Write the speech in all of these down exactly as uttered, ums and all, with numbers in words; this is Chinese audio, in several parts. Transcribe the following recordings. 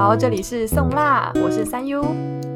好，这里是宋辣，我是三 U，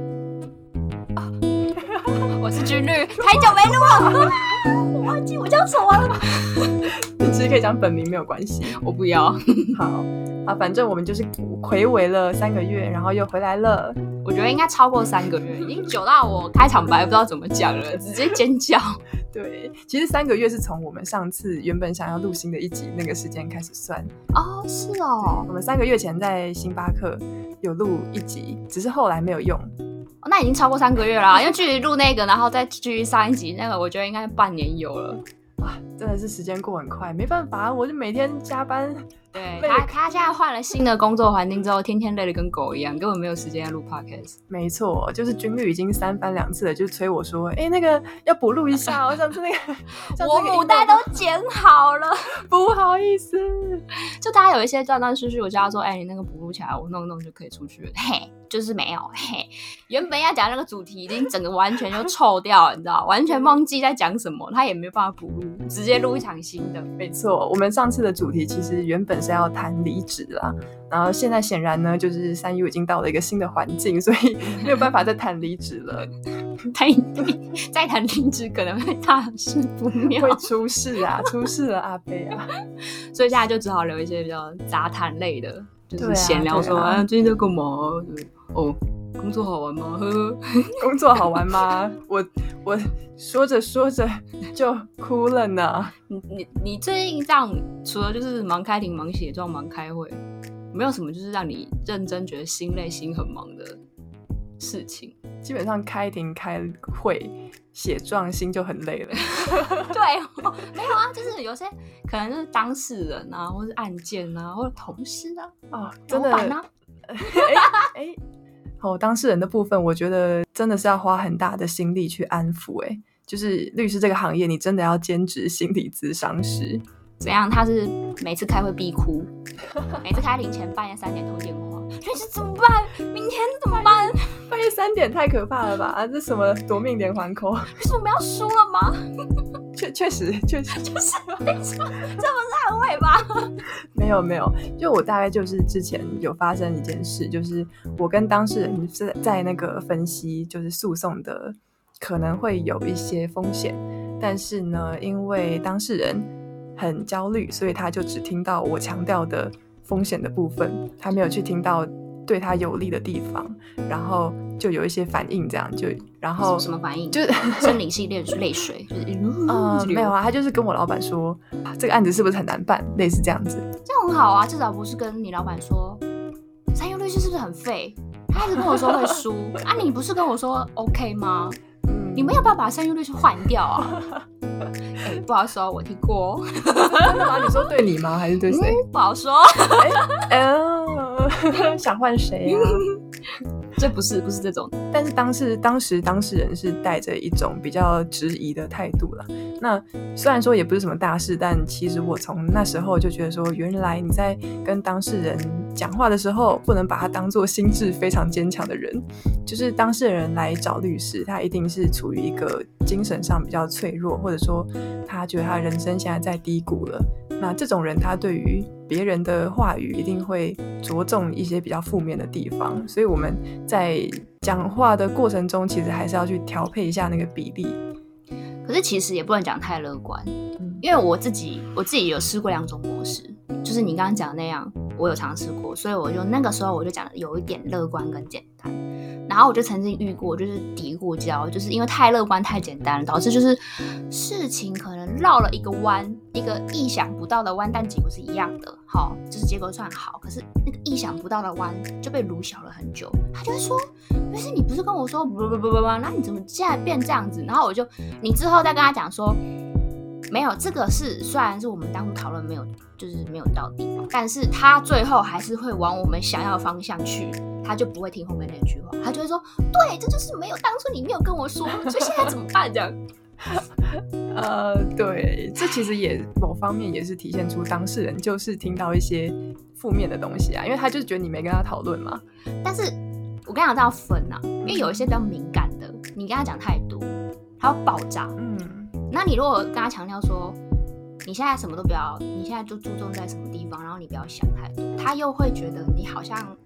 我是军绿，太久没录了，我忘记我叫什么了。 你其实可以讲本名没有关系， 我不要。 好啊，反正我们就是睽违了三个月，然后又回来了。 我觉得应该超过三个月，已经久到我开场白不知道怎么讲了，直接尖叫。 对，其实三个月是从我们上次原本想要录新的一集那个时间开始算。 哦，是哦。 我们三个月前在星巴克有录一集，只是后来没有用。 哦、那已经超过三个月啦，因为距离录那个，然后再距离上一集那个，我觉得应该半年有了。 哇，真的是时间过很快，没办法，我就每天加班。 对，他，他现在换了新的工作环境之后，天天累得跟狗一样，根本没有时间录 podcast。 没错，就是军律已经三番两次了，就催我说：“哎、欸，那个要补录一下哦，上次那个， 我母带都剪好了， 不好意思。” 就大家有一些断断续续，我叫他说：“哎、欸，你那个补录起来，我弄弄就可以出去了。”嘿，就是没有嘿，原本要讲那个主题已经整个完全就臭掉了，你知道，完全忘记在讲什么，他也没办法补录，直接录一场新的。 没错，我们上次的主题其实原本是要谈离职啦，然后现在显然呢，就是三 U 已经到了一个新的环境，所以没有办法再谈离职了。 再谈离职可能会大事不妙， 会出事啊，出事了阿贝啊！ 所以现在就只好留一些比较杂谈类的，就是闲聊说啊，啊最近在干嘛？哦，工作好玩吗？呵呵， 工作好玩吗？我我说着说着就哭了呢。 你你你最近这样，除了就是忙开庭、忙写状、忙开会，没有什么就是让你认真觉得心累、心很忙的事情？ 基本上开庭、开会、写状，心就很累了。 对、哦，没有啊，就是有些可能是当事人啊，或是案件啊，或者同事啊， 哦，真的， 老板啊， 哎哎。哦，当事人的部分，我觉得真的是要花很大的心力去安抚。哎，就是律师这个行业，你真的要兼职心理咨商师。 怎样？他是每次开会必哭，每次开庭前半夜三点通电话，律师怎么办？明天怎么办？ 半夜三点太可怕了吧？啊，这什么夺命连环扣？ 律师我们要输了吗？ 确确实确实就是这不是安慰吧？ 没有没有，就我大概就是之前有发生一件事，就是我跟当事人是在那个分析，就是诉讼的可能会有一些风险，但是呢，因为当事人很焦虑，所以他就只听到我强调的风险的部分，他没有去听到对他有利的地方，然后就有一些反应，这样就然后什么反应？ 就是生理系泪泪水，就是呃没有啊，他就是跟我老板说这个案子是不是很难办，类似这样子。 这样很好啊，至少不是跟你老板说三 U 律师是不是很废？他一直跟我说会输啊，你不是跟我说 OK 吗？嗯、你们要不要把三 U 律师换掉啊？哎、欸，不好说，我听过、哦。 真的吗？你说对你吗？还是对谁、 嗯？不好说。 哎、呃，想换谁啊？ 这不是不是这种， 但是当时当时当事人是带着一种比较质疑的态度啦。那虽然说也不是什么大事，但其实我从那时候就觉得说，原来你在跟当事人讲话的时候，不能把他当作心智非常坚强的人。就是当事人来找律师，他一定是处于一个精神上比较脆弱，或者说他觉得他人生现在在低谷了。那这种人他对于别人的话语一定会着重一些比较负面的地方，所以我们在讲话的过程中其实还是要去调配一下那个比例。 可是其实也不能讲太乐观、嗯、因为我自己我自己有试过两种模式，就是你刚刚讲的那样我有尝试过，所以我就那个时候我就讲的有一点乐观跟简单。然后我就曾经遇过就是嘀咕交，就是因为太乐观太简单了，导致就是事情可能绕了一个弯，一个意想不到的弯，但结果是一样的，好，就是结果算好，可是那个意想不到的弯就被鲁小了很久。他就会说，可是你不是跟我说不不不不不，那你怎么现在变这样子？然后我就你之后再跟他讲说，没有，这个是虽然是我们当初讨论没有就是没有到地方，但是他最后还是会往我们想要的方向去，他就不会听后面那句话，他就会说，对，这就是没有当初你没有跟我说，所以现在怎么办这样？ 呃，对，这其实也某方面也是体现出当事人就是听到一些负面的东西啊，因为他就是觉得你没跟他讨论嘛。 但是我跟你讲这样分啊，因为有一些比较敏感的，你跟他讲太多，他会爆炸。嗯，那你如果跟他强调说，你现在什么都不要，你现在就注重在什么地方，然后你不要想太多，他又会觉得你好像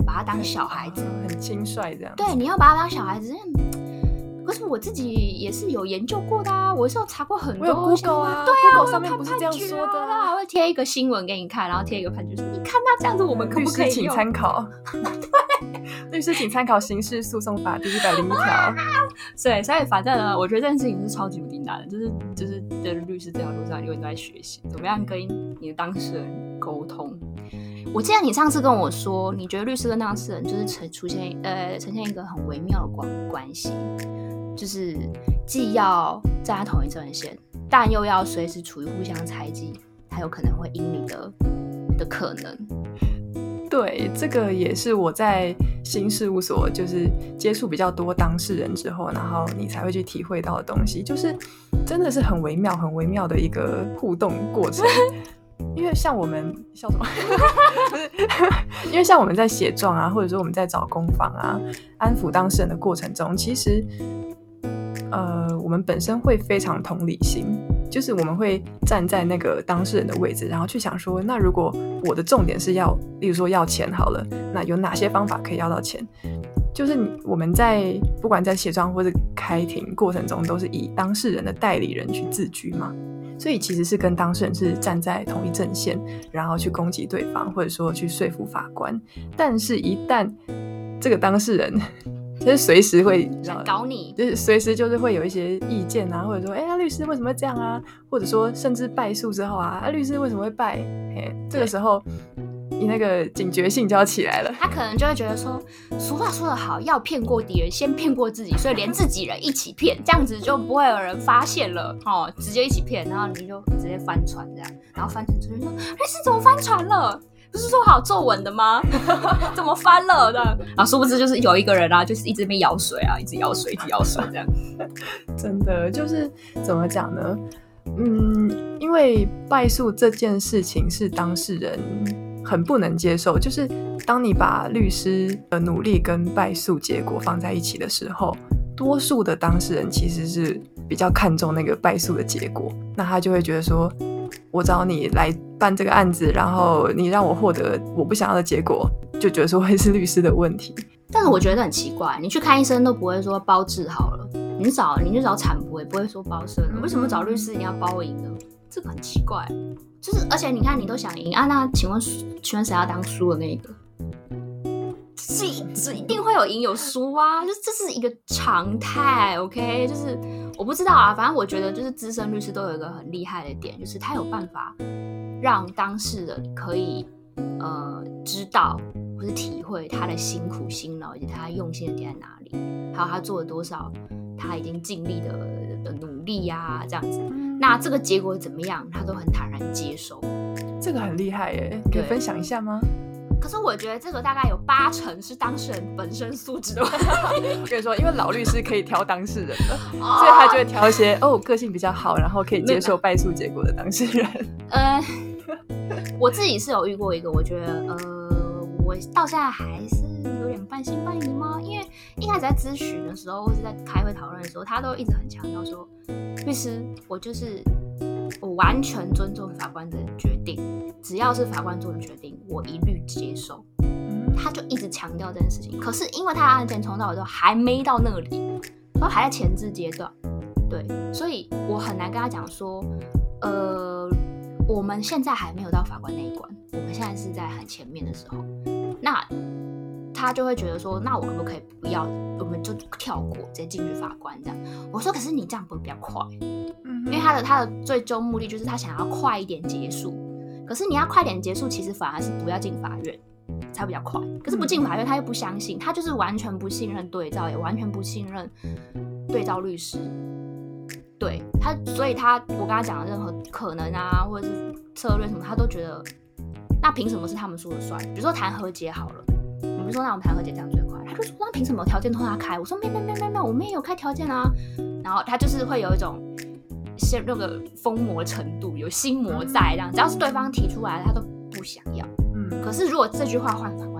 把他当小孩子， 很轻率这样。 对，你要把他当小孩子。可是我自己也是有研究过的啊，我是有查过很多， 我有 Google 啊， 对啊 ，Google 上面不是这样说的、啊， 他还会贴一个新闻给你看，然后贴一个判决书，你看他这样子，我们可不可以用？ 律师请参考。对，律师请参考《刑事诉讼法》第一百零一条。 对，所以反正呢，我觉得这件事情是超级无敌难的，就是就是在律师这条路上，永远都在学习怎么样跟你的当事人沟通。我记得你上次跟我说，你觉得律师跟当事人就是呈出现呃呈现一个很微妙的关关系。就是既要站在同一阵线，但又要随时处于互相猜忌，它有可能会赢你的的可能。 对，这个也是我在新事务所就是接触比较多当事人之后，然后你才会去体会到的东西，就是真的是很微妙、很微妙的一个互动过程。因为像我们笑什么？不是，因为像我们在写状啊，或者说我们在找攻防啊，安抚当事人的过程中，其实。呃，我们本身会非常同理心，就是我们会站在那个当事人的位置，然后去想说，那如果我的重点是要，例如说要钱好了，那有哪些方法可以要到钱？就是你我们在不管在写状或者开庭过程中，都是以当事人的代理人去自居嘛，所以其实是跟当事人是站在同一阵线，然后去攻击对方，或者说去说服法官。但是，一旦这个当事人就是随时会想搞你， 就是随时就是会有一些意见啊，或者说，哎、欸，律师为什么会这样啊？或者说，甚至败诉之后啊，啊律师为什么会败？嘿，这个时候你那个警觉性就要起来了。 他可能就会觉得说，俗话说得好，要骗过敌人，先骗过自己，所以连自己人一起骗，这样子就不会有人发现了哦，直接一起骗，然后你就直接翻船这样，然后翻船出去说，律师怎么翻船了？不是说好坐稳的吗？怎么翻了的？然后殊不知就是有一个人啊，就是一直在那边舀水啊，一直舀水，一直舀水这样。 真的就是怎么讲呢？嗯，因为败诉这件事情是当事人很不能接受，就是当你把律师的努力跟败诉结果放在一起的时候，多数的当事人其实是比较看重那个败诉的结果，那他就会觉得说，我找你来办这个案子，然后你让我获得我不想要的结果，就觉得说会是律师的问题。 但是我觉得很奇怪，你去看医生都不会说包治好了，你找你就找产婆也不会说包生了，为什么找律师一定要包赢呢？这个很奇怪，就是而且你看你都想赢啊，那请问请问谁要当输的那个？是是一定会有赢有输啊，就是这是一个常态 ，OK？ 就是我不知道啊，反正我觉得就是资深律师都有一个很厉害的点，就是他有办法让当事人可以呃知道或是体会他的辛苦辛劳以及他用心的点在哪里，还有他做了多少他已经尽力的的努力啊，这样子。那这个结果怎么样，他都很坦然接受。 这个很厉害耶，可以分享一下吗？ 可是我觉得这个大概有八成是当事人本身素质的问题。 我跟你说，因为老律师可以挑当事人的，哦、所以他就会挑一些哦个性比较好，然后可以接受败诉结果的当事人。 呃，我自己是有遇过一个，我觉得呃，我到现在还是有点半信半疑吗？因为一开始在咨询的时候，或是在开会讨论的时候，他都一直很强调说，律师，我就是我完全尊重法官的决定，只要是法官做的决定，我一律接受。他就一直强调这件事情，可是因为他的案件从头到尾都还没到那里，都还在前置阶段，对，所以我很难跟他讲说，呃，我们现在还没有到法官那一关，我们现在是在很前面的时候，那他就会觉得说，那我可不可以不要，我们就跳过，直接进去法官这样？我说，可是你这样不会比较快？因为他的他的最终目的就是他想要快一点结束，可是你要快点结束，其实反而是不要进法院才比较快。可是不进法院，他又不相信，他就是完全不信任对照，也完全不信任对照律师。对他，所以他我跟他讲的任何可能啊，或者是策略什么，他都觉得那凭什么是他们说了算？比如说谈和解好了，比如说那我们谈和解这样最快，他就说那凭什么条件都他开？我说没没没没没，我们也有开条件啊。然后他就是会有一种陷那个疯魔程度，有心魔在这样，只要是对方提出来的，他都不想要。嗯，可是如果这句话换法官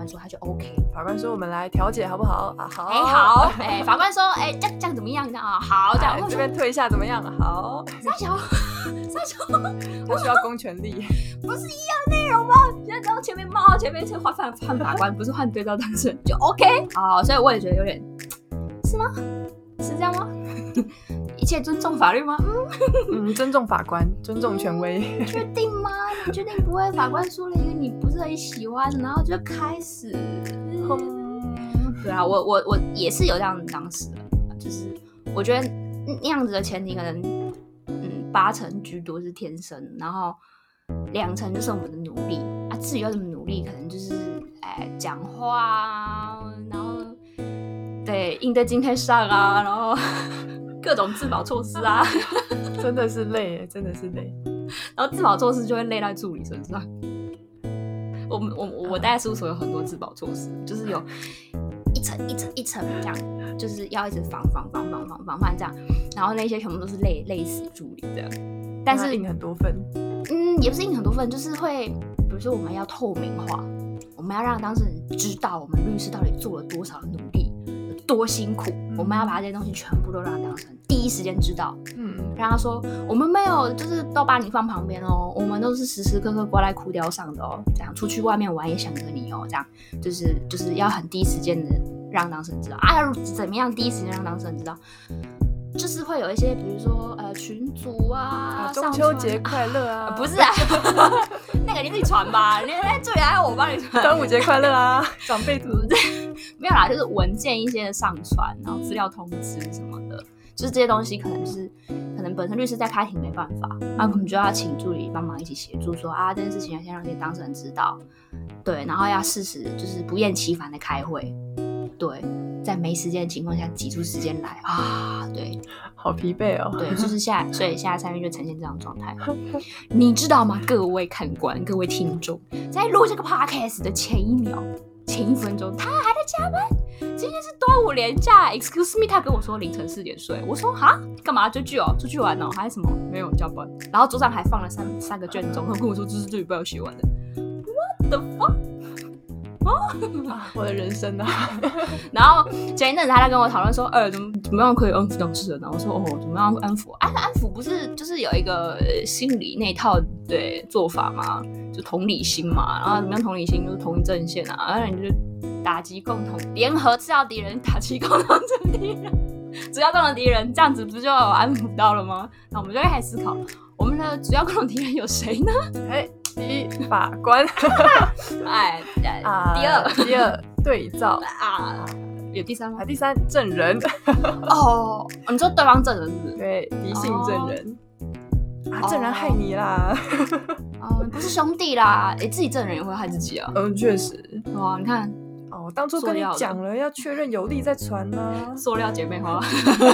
说，他就 OK。 法官说我们来调解好不好？啊好， 哎、欸、好，哎、欸、法官说，哎、欸、这样这样怎么样？这样啊好，这样、 哎、这边退一下怎么样？好， 三小三小， 他需要公权力， 不是一样内容吗？现在只要前面冒前面换换换法官，不是换对照当事人就 OK。好，所以我也觉得有点是吗？是这样吗？一切尊重法律吗？ 嗯，嗯，尊重法官，尊重权威。 确定吗？你确定不会法官说了一个你不是很喜欢，然后就开始？嗯、对啊，我我我也是有这样当时的，就是我觉得那样子的前提可能，嗯，八成居多是天生，然后两成就是我们的努力啊。至于要怎么努力，可能就是哎讲话啊，然后对应对进退上啊，然后。各种自保措施啊， 真的是累，真的是累。 然后自保措施就会累在助理身上。我们我我待在事务所有很多自保措施，就是有一层一层一层这样，就是要一直防防防防防防范这样。然后那些全部都是累累死助理这样。但是印很多份， 嗯，也不是印很多份，就是会，比如说我们要透明化，我们要让当事人知道我们律师到底做了多少的努力。多辛苦，嗯、我们要把这些东西全部都让当事人第一时间知道。嗯，让他说我们没有，就是都把你放旁边哦，我们都是时时刻刻挂在哭雕上的哦。这样出去外面玩也想着你哦，这样就是就是要很第一时间的让当事人知道啊，怎么样第一时间让当事人知道？就是会有一些，比如说呃群组啊， 啊中秋节快乐啊， 啊不是啊，那个你自己传吧，你来助理还要我帮你传。 端午节快乐啊，长辈图没有啦，就是文件一些的上传，然后资料通知什么的，就是这些东西可能就是可能本身律师在开庭没办法，那我们就要请助理帮忙一起协助说啊这件事情要先让这些当事人知道，对，然后要适时就是不厌其烦的开会，对。在没时间的情况下挤出时间来啊，对， 好疲惫哦。 对，就是现在，所以现在三月就呈现这样的状态。你知道吗，各位看官、各位听众，在录这个 podcast 的前一秒、前一分钟，他还在加班。今天是端午连假 ，excuse me， 他跟我说凌晨四点睡。我说哈，干嘛追剧哦？出去玩哦？还是什么？没有加班。然后桌上还放了三三个卷宗，他跟我说这是这礼拜要写完的。What the fuck？ 啊、我的人生啊！ 然后前一阵子他在跟我讨论说，呃，怎么怎么样可以安抚当事人？然后我说，哦，怎么样安抚？安安抚不是就是有一个心理那一套对做法嘛，就同理心嘛。然后怎么样同理心就是同一阵线啊，然后你就打击共同联合次要敌人，打击共同敌人，主要共同敌人，这样子不就安抚到了吗？那我们就会开始思考，我们的主要共同敌人有谁呢？ 哎。第一法官， 哎， 啊，第二第二对照啊，有第三吗？ 啊，第三证人。 哦，你说对方证人是不是？ 对，敌性证人。哦、啊，证人害你啦！ 哦，你不是兄弟啦，哎，自己证人也会害自己啊。 嗯，确实。 哇，你看， 哦，当初跟你讲了，要确认有利再传啊。 塑料姐妹花。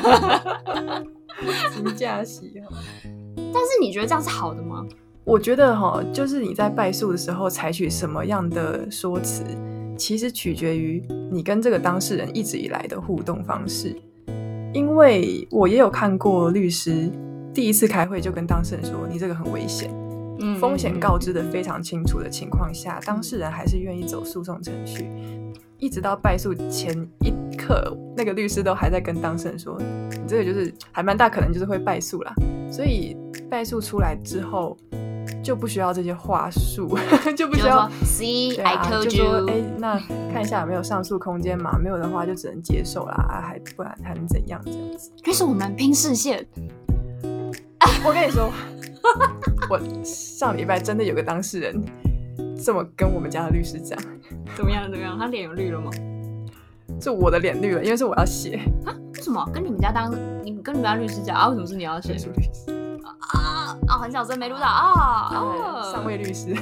金价喜好。 但是你觉得这样是好的吗？ 我觉得哈，就是你在败诉的时候采取什么样的说辞，其实取决于你跟这个当事人一直以来的互动方式。因为我也有看过律师第一次开会就跟当事人说你这个很危险，嗯，风险告知的非常清楚的情况下，当事人还是愿意走诉讼程序，一直到败诉前一刻，那个律师都还在跟当事人说你这个就是还蛮大可能就是会败诉啦。所以败诉出来之后就不需要这些话术，就不需要 See I told you， 就说哎，那看一下有没有上诉空间嘛？没有的话就只能接受啦，还不然还能怎样这样子？ 可是我们拼视线。 我跟你说，我上礼拜真的有个当事人这么跟我们家的律师讲。 怎么样？怎么样？他脸有绿了吗？ 就我的脸绿了，因为是我要写啊？为什么？跟你们家当你跟你们家律师讲啊？为什么是你要写？ 律师啊啊！很小声没录到啊！ 哦，上位律师。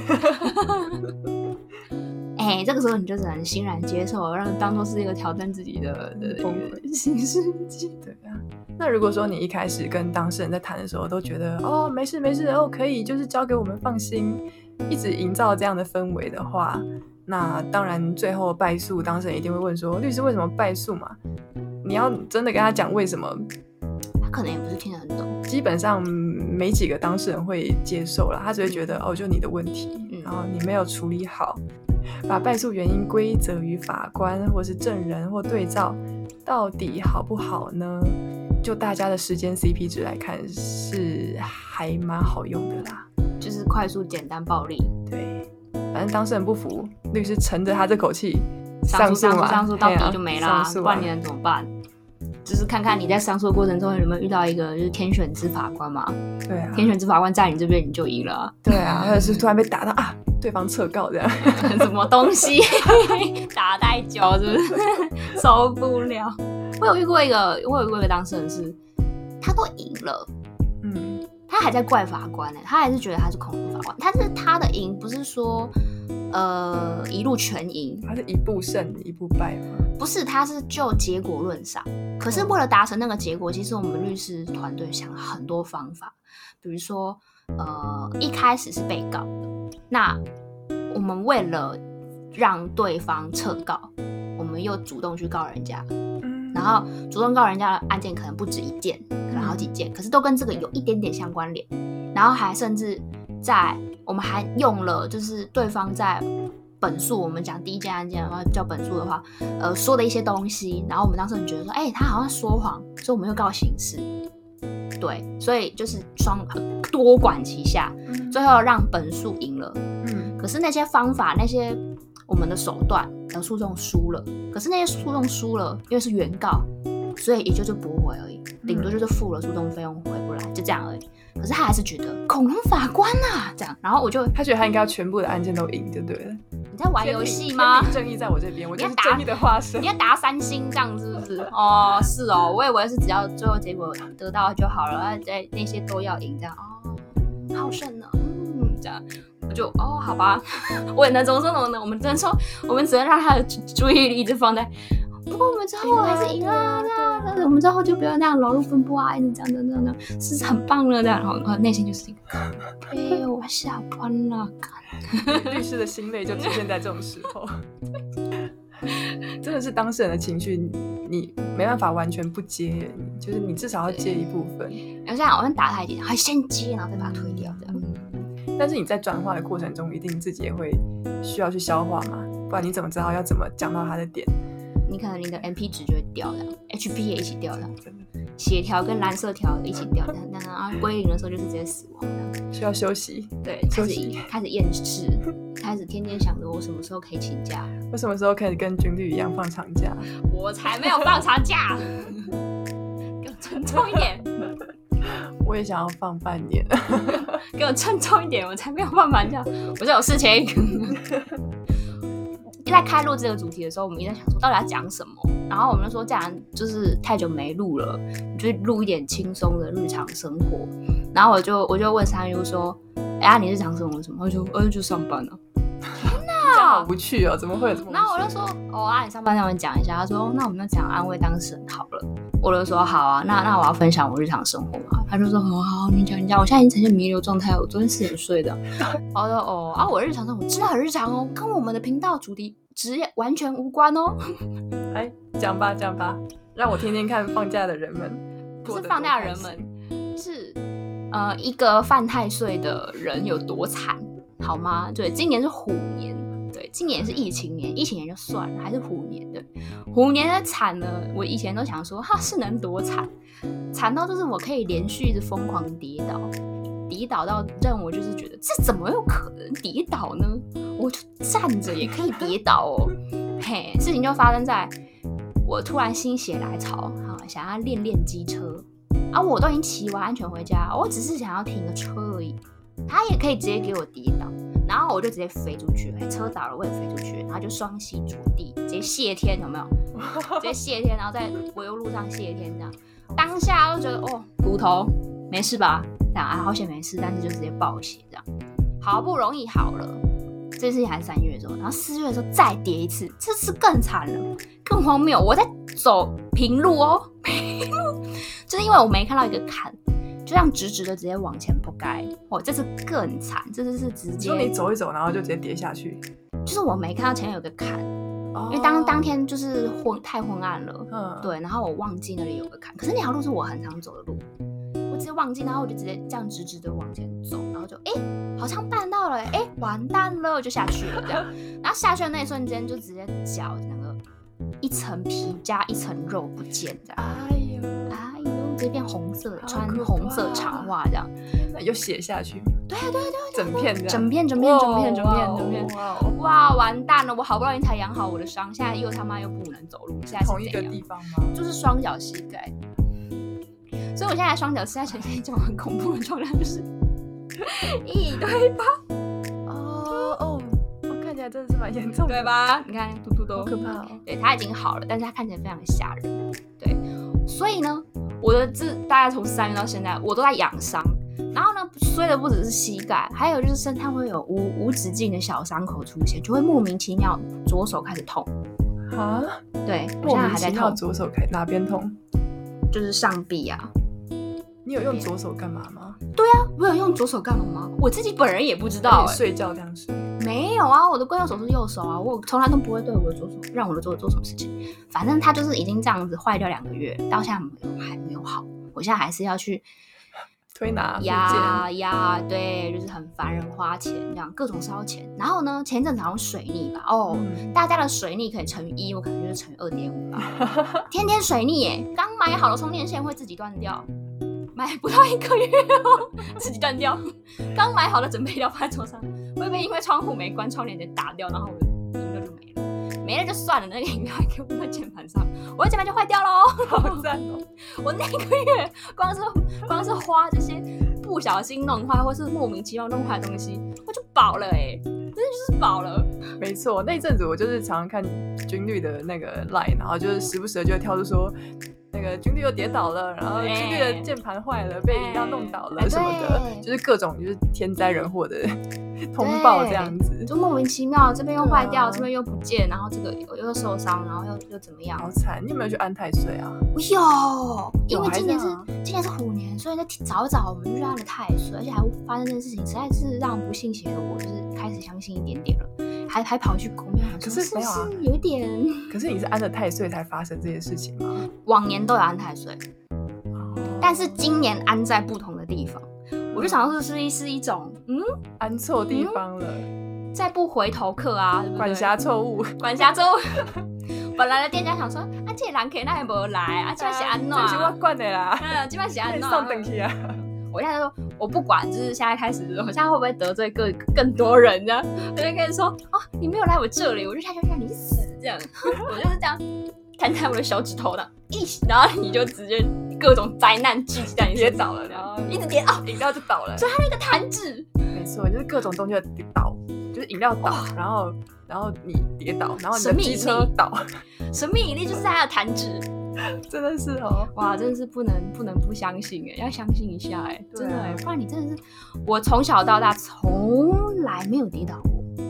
哎、欸，这个时候你就只能欣然接受，让当做是一个挑战自己的的一个新世纪。 对啊。那如果说你一开始跟当事人在谈的时候都觉得哦没事没事哦可以，就是交给我们放心，一直营造这样的氛围的话，那当然最后败诉，当事人一定会问说律师为什么败诉嘛？你要真的跟他讲为什么， 他可能也不是听得很懂。 基本上没几个当事人会接受啦，他只会觉得哦就你的问题，嗯、然后你没有处理好， 把败诉原因归责于法官或是证人或对照，到底好不好呢？就大家的时间 C P 值来看，是还蛮好用的啦， 就是快速、简单、暴力。 对，反正当事人不服，律师沉着他这口气上诉、上诉、 上诉到底就没啦， 啊、 不然你能怎么办？就是看看你在上诉的过程中有没有遇到一个就是天选之法官嘛？ 对啊， 天选之法官在你这边你就赢了、啊。 对啊，或者是突然被打到啊，对方撤告这样， 什么东西打太久是不是受不了？我有遇过一个，我有遇过一个当事人是，他都赢了，嗯，他还在怪法官呢、欸，他还是觉得他是恐龙法官，但是他的赢不是说呃一路全赢， 他是一步胜一步败吗？ 不是，他是就结果论上。可是为了达成那个结果，其实我们律师团队想了很多方法，比如说，呃，一开始是被告的，那我们为了让对方撤告，我们又主动去告人家，嗯、然后主动告人家的案件可能不止一件，可能好几件，可是都跟这个有一点点相关联，然后还甚至在我们还用了就是对方在本诉，我们讲第一件案件的话叫本诉的话，呃，说的一些东西，然后我们当时觉得说，哎、欸，他好像说谎，所以我们又告刑事，对，所以就是双多管齐下，最后让本诉赢了。嗯，可是那些方法，那些我们的手段，呃，诉讼输了，可是那些诉讼输了，因为是原告，所以也就是驳回而已，顶多就是付了诉讼费用回不来，就这样而已。可是他还是觉得恐龙法官啊，这样，然后我就他觉得他应该要全部的案件都赢就对了。 你在玩游戏吗？ 天理正义在我这边，我就是正义的化身。 你要打三星这样是不是？哦，是哦，我以为是只要最后结果得到就好了，那那些都要赢这样哦，好胜呢，嗯，这样我就哦，好吧，我也能怎么说怎么能，我们只能说，我们只能让他的注意力一直放在。不过我们之后还是赢了，这样，我们之后就不要那样劳碌分布啊，一直这样这样这样，是很棒了这样，然后内心就是一个，哎，我下班了， 律师的心累就出现在这种时候，真的是当事人的情绪，你没办法完全不接，就是你至少要接一部分。 有些人好像打太紧，还先接，然后再把它推掉这样。 但是你在转化的过程中，一定自己也会需要去消化嘛，不然你怎么知道要怎么讲到他的点？ 你可能你的 M P 值就会掉的 ，H P 也一起掉的，血条跟蓝色条一起掉的，然后归零的时候就是直接死亡的， 需要休息。 对，开始开始厌世，开始天天想着我什么时候可以请假， 我什么时候可以跟军律一样放长假？ 我才没有放长假，给我慎重一点。 我也想要放半年， 给我慎重一点，我才没有放长假，我是有事情。在开录这个主题的时候，我们一直在想说到底要讲什么，然后我们就说，既然就是太久没录了，就录一点轻松的日常生活。然后我就我就问三优说：“哎呀，你日常生活什么？”他就呃就上班了。天哪， 好无趣哦！怎么会有这么无趣？ 然后我就说：“哦，啊，你上班让我讲一下。”他说：“那我们就讲安慰当事人好了。”我就说：“好啊，那那我要分享我日常生活嘛。”他就说：“哦，好，你讲你讲。我现在已经呈现弥留状态，我昨天四点睡的。”我说：“哦啊，我日常生活真的很日常哦，跟我们的频道主题职业完全无关哦。” 哎，讲吧讲吧，让我听听看放假的人们。 不是放假的人们，是呃一个犯太岁的人有多惨，好吗？对，今年是虎年。对，今年是疫情年，疫情年就算了，还是虎年的，虎年的惨呢？我以前都想说，哈，是能多惨？惨到就是我可以连续一直疯狂跌倒，跌倒到让我就是觉得这怎么有可能跌倒呢？我就站着也可以跌倒哦。嘿，事情就发生在我突然心血来潮，好想要练练机车啊，我都已经骑完安全回家，我只是想要停个车而已，他也可以直接给我跌倒。然后我就直接飞出去，车倒了我也飞出去，然后就双膝着地，直接谢天，有没有？直接谢天，然后在柏油路上谢天，这样当下就觉得哦，骨头没事吧？这样啊，好险没事，但是就直接爆血，这样好不容易好了。这次还是三月的时候，然后四月的时候再跌一次，这次更惨了，更荒谬。我在走平路哦，平路，就是因为我没看到一个坎。就这样直直的直接往前扑街，哦，这次更惨，这次是直接。 说你走一走，然后就直接跌下去。 就是我没看到前面有个坎，哦、因为当当天就是昏太昏暗了，嗯，对，然后我忘记那里有个坎。可是那条路是我很常走的路， 我直接忘记，然后我就直接这样直直的往前走，然后就哎、欸，好像办到了、欸，哎、欸，完蛋了，就下去了这样。然后下去的那一瞬间，就直接脚那个一层皮加一层肉不见这样。 哎呦， 哎呦，直接变红色，穿红色长袜这样。 那又血下去？ 对对对， 整片这样， 整片整片整片整片整片。 哇哇，完蛋了！我好不容易才养好我的伤，现在又他妈又不能走路，现在是同一个地方吗？ 就是双脚膝盖。所以我现在双脚膝盖呈现一种很恐怖的状态，就是一堆疤。 哦哦，我看起来真的是蛮严重的， 对吧？你看嘟嘟都好可怕哦。 对，它已经好了，但是它看起来非常的吓人。对，所以呢，我的这大概从三月到现在，我都在养伤。然后呢，衰的不只是膝盖，还有就是身上会有无无止境的小伤口出现，就会莫名其妙左手开始痛。 啊？ 对，我现在还在痛。 左手开哪边痛？ 就是上臂啊。 你有用左手干嘛吗？ 对啊，我有用左手干嘛吗？我自己本人也不知道、欸。 睡觉这样睡？ 没有啊，我的惯用手是右手啊，我从来都不会对我的左手让我的左手做什么事情。反正它就是已经这样子坏掉两个月，到现在没有还没有好。我现在还是要去推拿呀呀，对，就是很烦人，花钱这样各种烧钱。然后呢，前阵子好像水逆吧，哦，嗯、大家的水逆可以乘以一，我可能就是乘以二点五吧。天天水逆耶，刚买好的充电线会自己断掉。买不到一个月哦，自己断掉。刚买好的准备料放在桌上，会不会因为窗户没关，窗帘直接打掉，然后我的饮料就没了？没了就算了，那个饮料还给我放在键盘上，我的键盘就坏掉喽。 好赞哦！ 我那个月光是光是花这些不小心弄坏或是莫名其妙弄坏的东西，我就饱了哎、欸，真的就是饱了。 没错，那一阵子我就是常常看军律的那个 line， 然后就是时不时的就会跳出说。那个军律又跌倒了，然后军律的键盘坏了，被饮料弄倒了什么的，就是各种就是天灾人祸的通报这样子， 就莫名其妙，这边又坏掉，啊、这边又不见，然后这个又受伤，然后又又怎么样？ 好惨！你有没有去安太岁啊？ 我有，因为今年是今年是虎年，所以在早早我们就去安了太岁，而且还发生这件事情，实在是让不信邪的我就是开始相信一点点了。还还跑去公庙， 可是没有啊， 有一点。 可是你是安了太岁才发生这件事情吗？ 往年都有安太岁，哦、但是今年安在不同的地方。我就想说是一是一种，嗯， 安错地方了， 嗯、再不回头客啊，对不对？ 管辖错误， 管辖错误。本来的店家想说，啊，这个人客那还没来，啊，这是安怎？ 这是我管的啦， 嗯，这是安怎？ 送回去啊。 我现在说，我不管，就是现在开始，我现在会不会得罪更更多人呢？我就跟你说，哦，你没有来我这里，我就下去让你死这样。我就是这样摊开我的小指头的，一，然后你就直接各种灾难聚集在你身上了，然后一直跌啊， 饮料就倒了。 所以它那个弹指， 没错，就是各种东西跌倒，就是饮料倒，然后然后你跌倒，然后你的机车倒， 神秘引力就是它的弹指。 真的是哦， 哇，真的是不能不能不相信哎，要相信一下哎，真的哎，不然你真的是，我从小到大从来没有跌倒过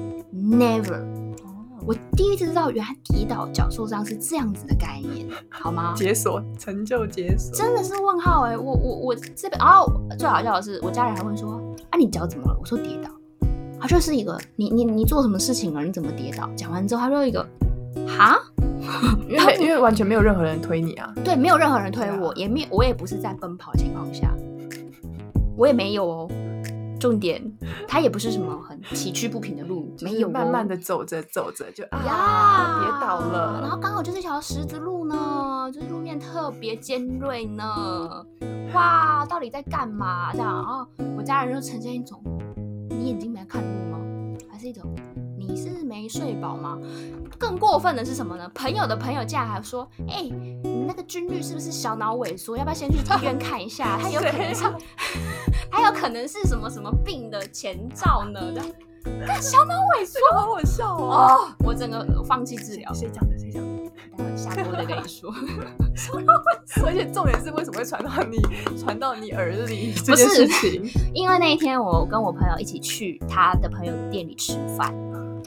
，never。我第一次知道原来跌倒脚受伤是这样子的概念，好吗？ 解锁，成就解锁， 真的是问号哎，我我我这边，然后最好笑的是，我家人还问说，啊你脚怎么了？我说跌倒，他就是一个你你你做什么事情了？你怎么跌倒？讲完之后，他就一个哈。 因为因为完全没有任何人推你啊， 对，没有任何人推我，啊、也没我也不是在奔跑的情况下，我也没有哦。重点，他也不是什么很崎岖不平的路，没有、哦， 慢慢的走着走着就啊跌倒了， 然后刚好就是一条石子路呢，就是路面特别尖锐呢，哇，到底在干嘛？这样，然后我家人就呈现一种，你眼睛没看路吗？还是一种。你是没睡饱吗？更过分的是什么呢？朋友的朋友竟然还说：“哎、欸，你那个军律是不是小脑萎缩？要不要先去医院看一下？他有可能是，他有可能是什么什么病的前兆呢？”这样，看小脑萎缩， 好好笑哦！ 哦我整个放弃治疗。 谁讲的？谁讲的？ 待会下播再跟你说。 而且重点是为什么会传到你传到你耳里这件事情？ 因为那一天我跟我朋友一起去他的朋友的店里吃饭。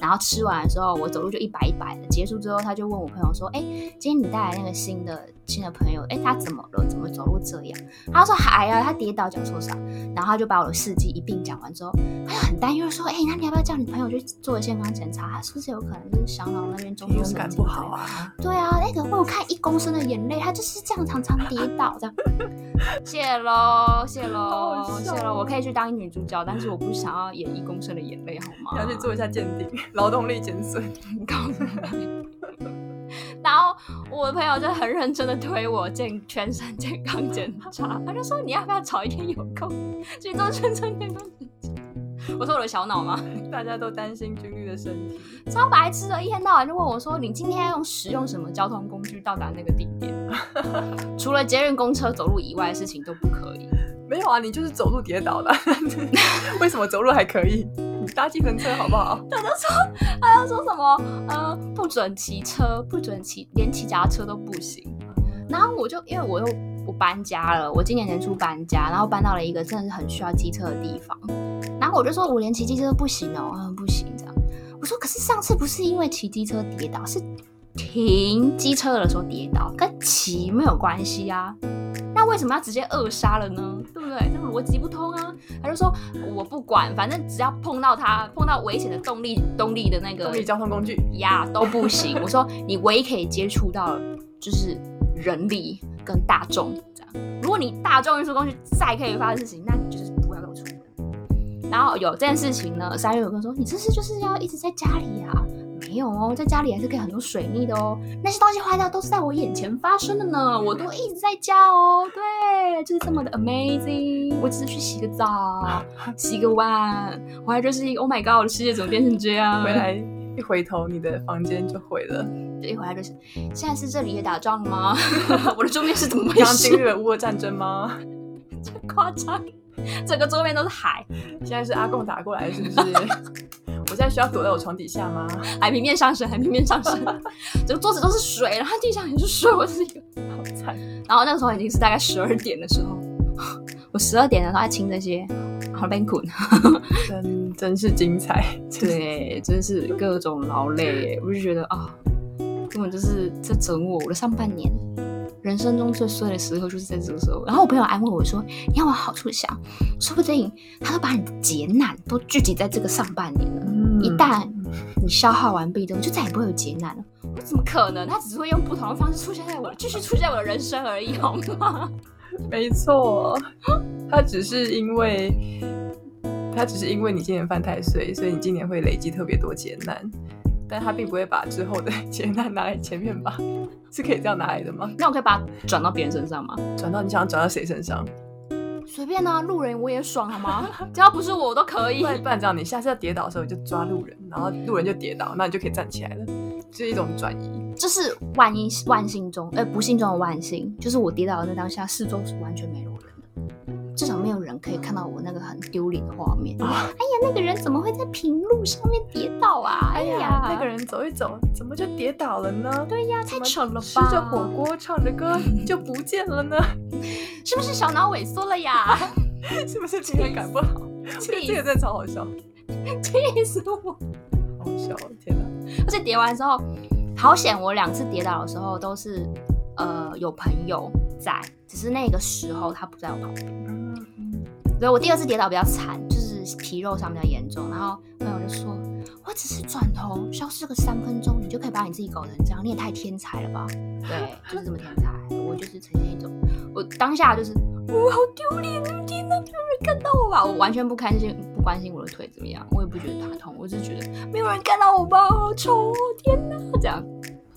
然后吃完的时候我走路就一摆一摆的，结束之后他就问我朋友说，哎，今天你带来那个新的新的朋友，哎，他怎么了？怎么走路这样？他说还啊，他跌倒脚受伤。然后他就把我的事迹一并讲完之后，他就很担忧说，哎，那你要不要叫你朋友去做健康检查？他是不是有可能就是小脑那边中枢神经不好啊？ 对啊，那个我有看一公升的眼泪，他就是这样常常跌倒这样。谢喽，谢喽，谢喽，我可以去当女主角，但是我不想要演一公升的眼泪，好吗？ 你要去做一下鉴定，劳动力减损。 告诉你。然后我的朋友就很认真的推我健全身健康检查，他就说你要不要找一天有空去做全身健康检查？我说我的小脑吗？ 大家都担心君律的身体， 超白痴的，一天到晚就问我说你今天要用使用什么交通工具到达那个地点？除了捷运、公车、走路以外的事情都不可以。 没有啊，你就是走路跌倒的，为什么走路还可以？你搭计程车好不好？ 他就说，他就说什么，呃，不准骑车，不准骑，连骑脚踏车都不行。然后我就因为我又我搬家了，我今年年初搬家，然后搬到了一个真的是很需要机车的地方。然后我就说，我连骑机车都不行哦，嗯，不行这样。我说，可是上次不是因为骑机车跌倒，是停机车的时候跌倒，跟骑没有关系啊。那为什么要直接扼杀了呢？对不对？这个逻辑不通啊！他就说我不管，反正只要碰到它，碰到危险的动力动力的那个动力交通工具呀都不行。我说你唯一可以接触到就是人力跟大众这样。如果你大众运输工具再可以发生事情，那你就是不要给我出门。然后有这件事情呢，三月有跟我说，你这是就是要一直在家里啊？没有哦，在家里还是可以很多水逆的哦。那些东西坏掉都是在我眼前发生的呢，我都一直在家哦。对，就是这么的 amazing。我只是去洗个澡，洗个碗，我还就是一个 Oh my God， 我的世界怎么变成这样？ 回来一回头，你的房间就毁了。 对，一回来就是，现在是这里也打仗了吗？我的桌面是怎么回事？ 刚经历了乌俄战争吗？ 这夸张，整个桌面都是海。 现在是阿贡打过来，是不是？我现在需要躲在我床底下吗？ 海平面上升，海平面上升，整个桌子都是水，然后地上也是水，我是一个好惨。 然后那个时候已经是大概十二点的时候，我十二点的时候在清这些，好累困， 真真是精彩。 对，真是各种劳累耶，我就觉得啊，根本就是在整我我的上半年。人生中最衰的时候就是在这个时候。然后我朋友安慰我说，你要往好处想，说不定他都把你的劫难都聚集在这个上半年了、嗯、一旦你消耗完毕之后就再也不会有劫难了。我怎么可能？他只是会用不同的方式出现在我继续出现在我的人生而已，好吗？ 没错，他只是因为他只是因为你今年犯太岁，所以你今年会累积特别多劫难，但他并不会把之后的劫难拿来前面吧？是可以这样拿来的吗？ 那我可以把它转到别人身上吗？ 转到你想要转到谁身上？ 随便啊，路人我也爽好吗？只要不是我都可以。 不然不然这样，你下次要跌倒的时候你就抓路人，然后路人就跌倒，那你就可以站起来了，就是一种转移。 这是万一万幸中，呃，不幸中的万幸，就是我跌倒的那当下，四周是完全没有人的，至少没有人可以看到我那个很丢脸的画面。哎呀，那个人怎么会在平路上面跌倒啊？哎呀， 哎呀那个人走一走，怎么就跌倒了呢？ 对呀，太扯了吧！ 吃着火锅，唱着歌就不见了呢？ 是不是小脑萎缩了呀？ 是不是平衡感不好？这个真的超好笑， 气死我！ 好笑，天哪！ 而且跌完之后，好险，我两次跌倒的时候都是呃有朋友在，只是那个时候他不在我旁边。嗯，所以我第二次跌倒比较惨，就是皮肉伤比较严重。然后朋友就说：“我只是转头消失个三分钟，你就可以把你自己搞成这样，你也太天才了吧？”对，就是这么天才。我就是呈现一种，我当下就是我好丢脸啊！天哪，没有人看到我吧？我完全不关心不关心我的腿怎么样，我也不觉得它痛，我只是觉得没有人看到我吧，好丑哦！天哪，这样。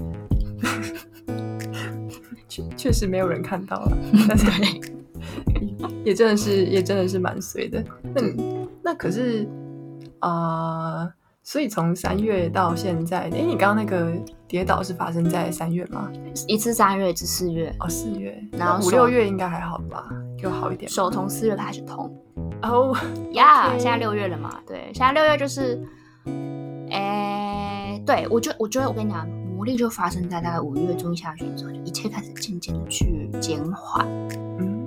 确确实没有人看到了，但是也真的是也真的是蛮衰的。那那可是啊、呃，所以从三月到现在，哎，你刚刚那个跌倒是发生在三月吗？ 一次三月，一次四月。 哦，四月， 然后五六月应该还好吧？有好一点。 手从四月开始痛。 哦呀，现在六月了嘛？对，现在六月就是，哎，对我觉得我觉得我跟你讲。魔力就发生在大概五月中下旬之后，就一切开始渐渐的去减缓。嗯，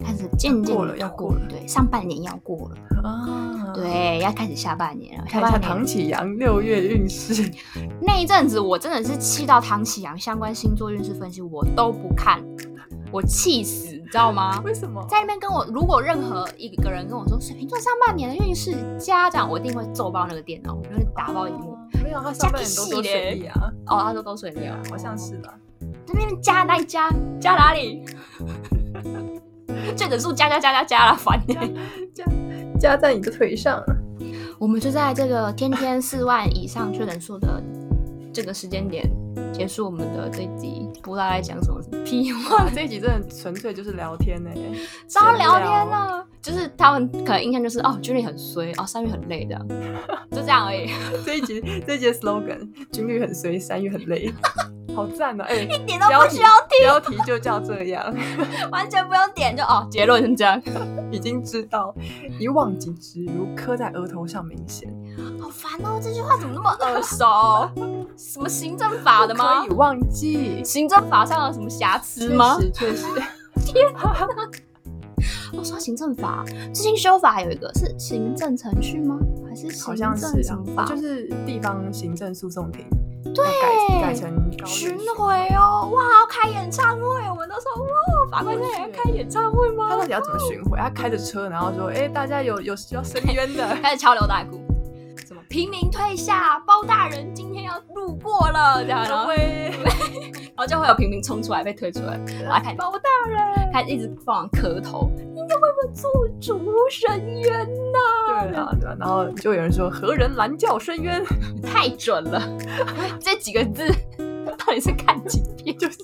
开始渐渐过了要过了， 对，上半年要过了啊，对，要开始下半年了。 看一下唐启阳六月运势。 那一阵子我真的是气到唐启阳相关星座运势分析我都不看，我气死，你知道吗？ 为什么？ 在那边跟我，如果任何一个人跟我说水瓶座上半年的运势加这样，我一定会揍爆那个电脑，就是打爆荧幕。 没有，他上半年都多水逆啊。 哦，他说都水逆啊， 好像是吧。 在那边加哪里加？加哪里？确诊数加加加加加了，烦呢、欸！ 加加在你的腿上。 我们就在这个天天四万以上确诊数的这个时间点结束我们的这一集。不知道在讲什么屁话， 这一集真的纯粹就是聊天呢、欸， 超聊天了。就是他们可能印象就是哦，军旅很衰哦，三月很累这样，就这样而已。 这一集这一集的 slogan， 军旅很衰，三月很累。好赞哦！哎、欸， 一点都不需要听， 标题就叫这样， 完全不用点就哦，结论是这样， 已经知道，一忘即知，如刻在额头上明显。 好烦哦，这句话怎么那么耳熟？什么行政法的吗？ 可以忘记， 行政法上有什么瑕疵吗？ 确实，确实。 天啊！我说行政法最近修法有一个是行政程序吗？还是行政什么法？ 就是地方行政诉讼庭。 对， 改, 改成巡回哦，哇，要开演唱会，我们都说哇，法官现在要开演唱会吗？ 他到底要怎么巡回？他开着车，然后说，哎、欸，大家有有需要申冤的， 开始敲刘大鼓，什么平民退下，包大人今天要路过了，这样，然后然后就会有平民冲出来被推出来，然后开始包大人， 开始一直放磕头，你有没有做主申冤呐、 啊？对啊，对啊，然后就有人说何人拦轿申冤， 太准了，这几个字到底是看几遍？就是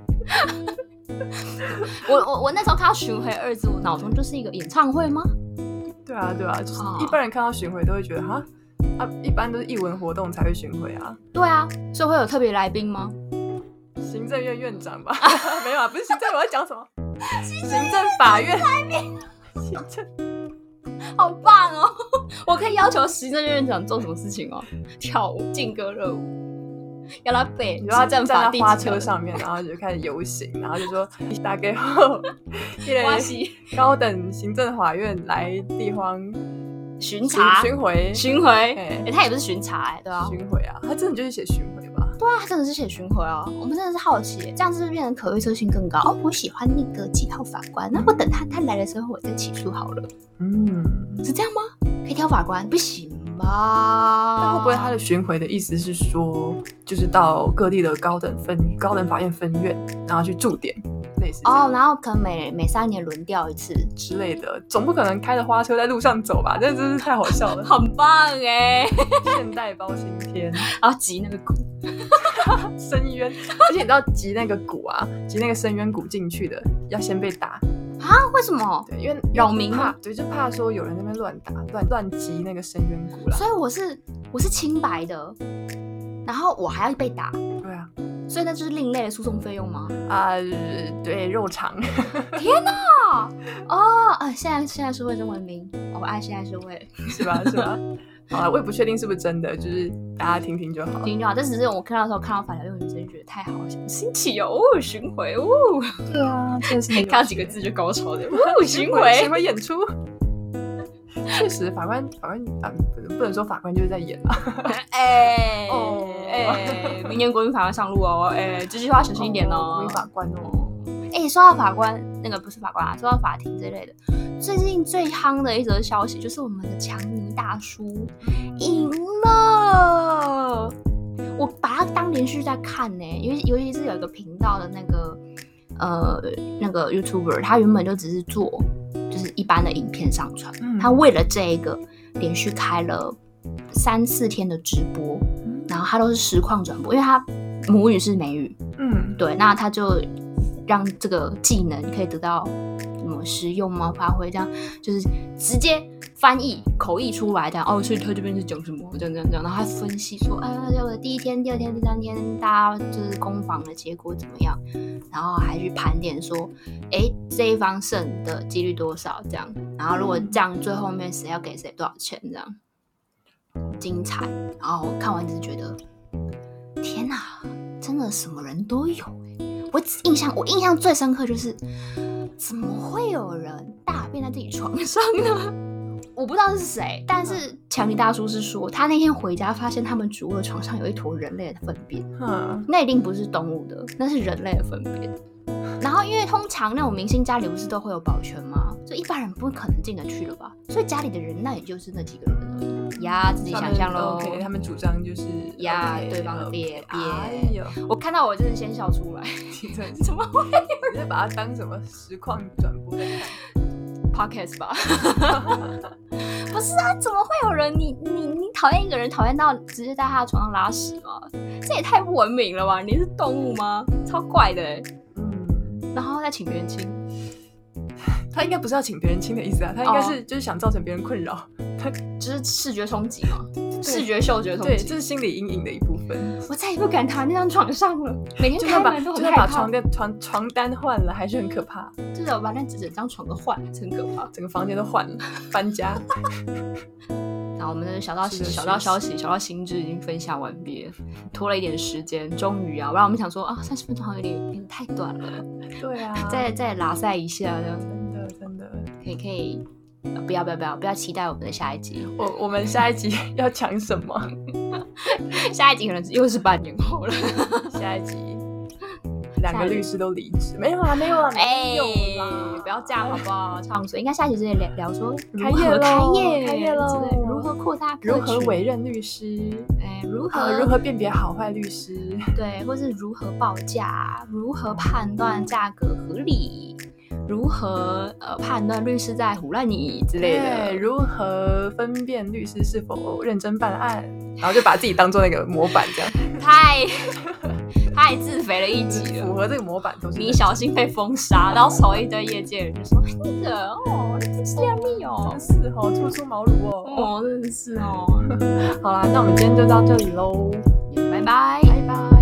我我我那时候看到巡回二字，我脑中就是一个演唱会吗？ 对啊，对啊，就是一般人看到巡回都会觉得哈啊，一般都是艺文活动才会巡回啊。 对啊，所以会有特别来宾吗？ 行政院院长吧？没有啊，不是行政，我在讲什么？行政法院来宾， 行政， 好棒哦！我可以要求行政院院长做什么事情哦？跳舞、劲歌热舞，要他背， 然后站在花车上面，然后就开始游行，然后就说大概后，高等行政法院来地方巡查、 巡回、 巡回，哎、欸，他也不是巡查、欸，对啊， 巡回啊，他真的就是写巡回吧？ 对啊，他真的是写巡回啊。我们真的是好奇，这样是不是变成可预测性更高？哦，我喜欢那个几号法官，那我等他他来的时候，我再起诉好了。嗯，是这样吗？可以挑法官？不行吧？ 那会不会他的巡回的意思是说，就是到各地的高等分高等法院分院，然后去驻点？ 哦，然后可能每每三年轮调一次之类的，总不可能开着花车在路上走吧？这真是太好笑了。 很棒哎， 现代包青天， 然后集那个鼓， 深渊，而且你知道集那个鼓啊，集那个深渊鼓进去的，要先被打啊？为什么？ 对，因为扰民怕，对，就怕说有人在那边乱打、乱乱集那个深渊鼓啦。 所以我是我是清白的，然后我还要被打。 对啊。 所以那就是另类的诉讼费用吗？ 啊、呃，对，肉偿。 天哪！哦，啊，现在现在社会真文明，我爱现在社会， 是吧？是吧？好了，我也不确定是不是真的，就是大家听听就好， 听就好。但只是我看到的时候看到法条用语，真的觉得太好了，新奇哦，巡回哦。 对啊，真的是看到几个字就高潮的，哦，巡回， 巡回演出。确实，法官法官啊，不能说法官就是在演啊。 哎哦哎，明年国民法官上路哦，哎，这句话小心一点哦。 国民法官哦， 哎，说到法官，那个不是法官啊，说到法庭之类的，最近最夯的一则消息就是我们的强尼大叔赢了。我把它当连续在看呢，因为尤其是有一个频道的那个呃那个 YouTuber， 他原本就只是做。就是一般的影片上传，嗯、他为了这一个连续开了三四天的直播，嗯、然后他都是实况转播，因为他母语是美语，嗯，对，那他就让这个技能可以得到什么实用吗？发挥这样，就是直接翻译口译出来的哦，所以他这边是讲什么这样这样这样，然后他分析说，啊，这个第一天、第二天、第三天大家就是攻防的结果怎么样，然后还去盘点说，哎，这一方胜的几率多少这样，然后如果这样最后面谁要给谁多少钱这样，精彩。然后看完就是觉得，天哪，真的什么人都有。我印象我印象最深刻就是怎么会有人大便在自己床上呢？我不知道是谁，但是强尼大叔是说，他那天回家发现他们主卧床上有一坨人类的粪便， 嗯， 那一定不是动物的，那是人类的粪便。然后因为通常那种明星家里不是都会有保全吗？所以一般人不可能进得去了吧？所以家里的人那也就是那几个人而已呀，自己想象咯。 OK， 他们主张就是呀， okay, 对方的便便。 哎呦， 我看到我真是先笑出来，怎么会有人？你把它当什么实况转播在看 ？Podcast 吧？不是啊，怎么会有人你你你讨厌一个人讨厌到直接在他的床上拉屎吗？这也太不文明了吧！你是动物吗？超怪的欸。嗯，然后再请别人亲。 他应该不是要请别人亲的意思啊，他应该是就是想造成别人困扰，他就是视觉冲击嘛，视觉嗅觉冲击， 对，这是心理阴影的一部分。 我再也不敢躺在那张床上了，每天开门都很害怕。就算把床单床床单换了，还是很可怕。 就是我把那整张床都换了，很可怕， 整个房间都换了，搬家。 然后我们的小道小道消息、小道新知已经分享完毕了，拖了一点时间，终于啊，不然我们想说啊，三十分钟好像有点有点太短了。 对啊， 再再拉塞一下这样。 真的可以可以、呃，不要不要不要不要期待我们的下一集。 我我们下一集要讲什么？ 下一集可能又是半年后了。 下一集两个律师都离职，没有啦没有啦没有啦、 欸，不要这样好不好？畅所应该下一集直接聊聊说如何开业开业喽，如何扩大客群， 如何委任律师， 哎、欸，如何、 呃、如何辨别好坏律师， 对，或是如何报价，如何判断价格合理。如何呃判断律师在唬烂你之类的？ 对，如何分辨律师是否认真办案？然后就把自己当做那个模板这样， 太太自肥了一集了。 符合这个模板都是你小心被封杀，到时候一堆业界人就说那个哦，你不是亮丽哦， 真是哦，初出茅庐哦， 哦，真的是哦。 好啦，那我们今天就到这里喽， 拜拜， 拜拜。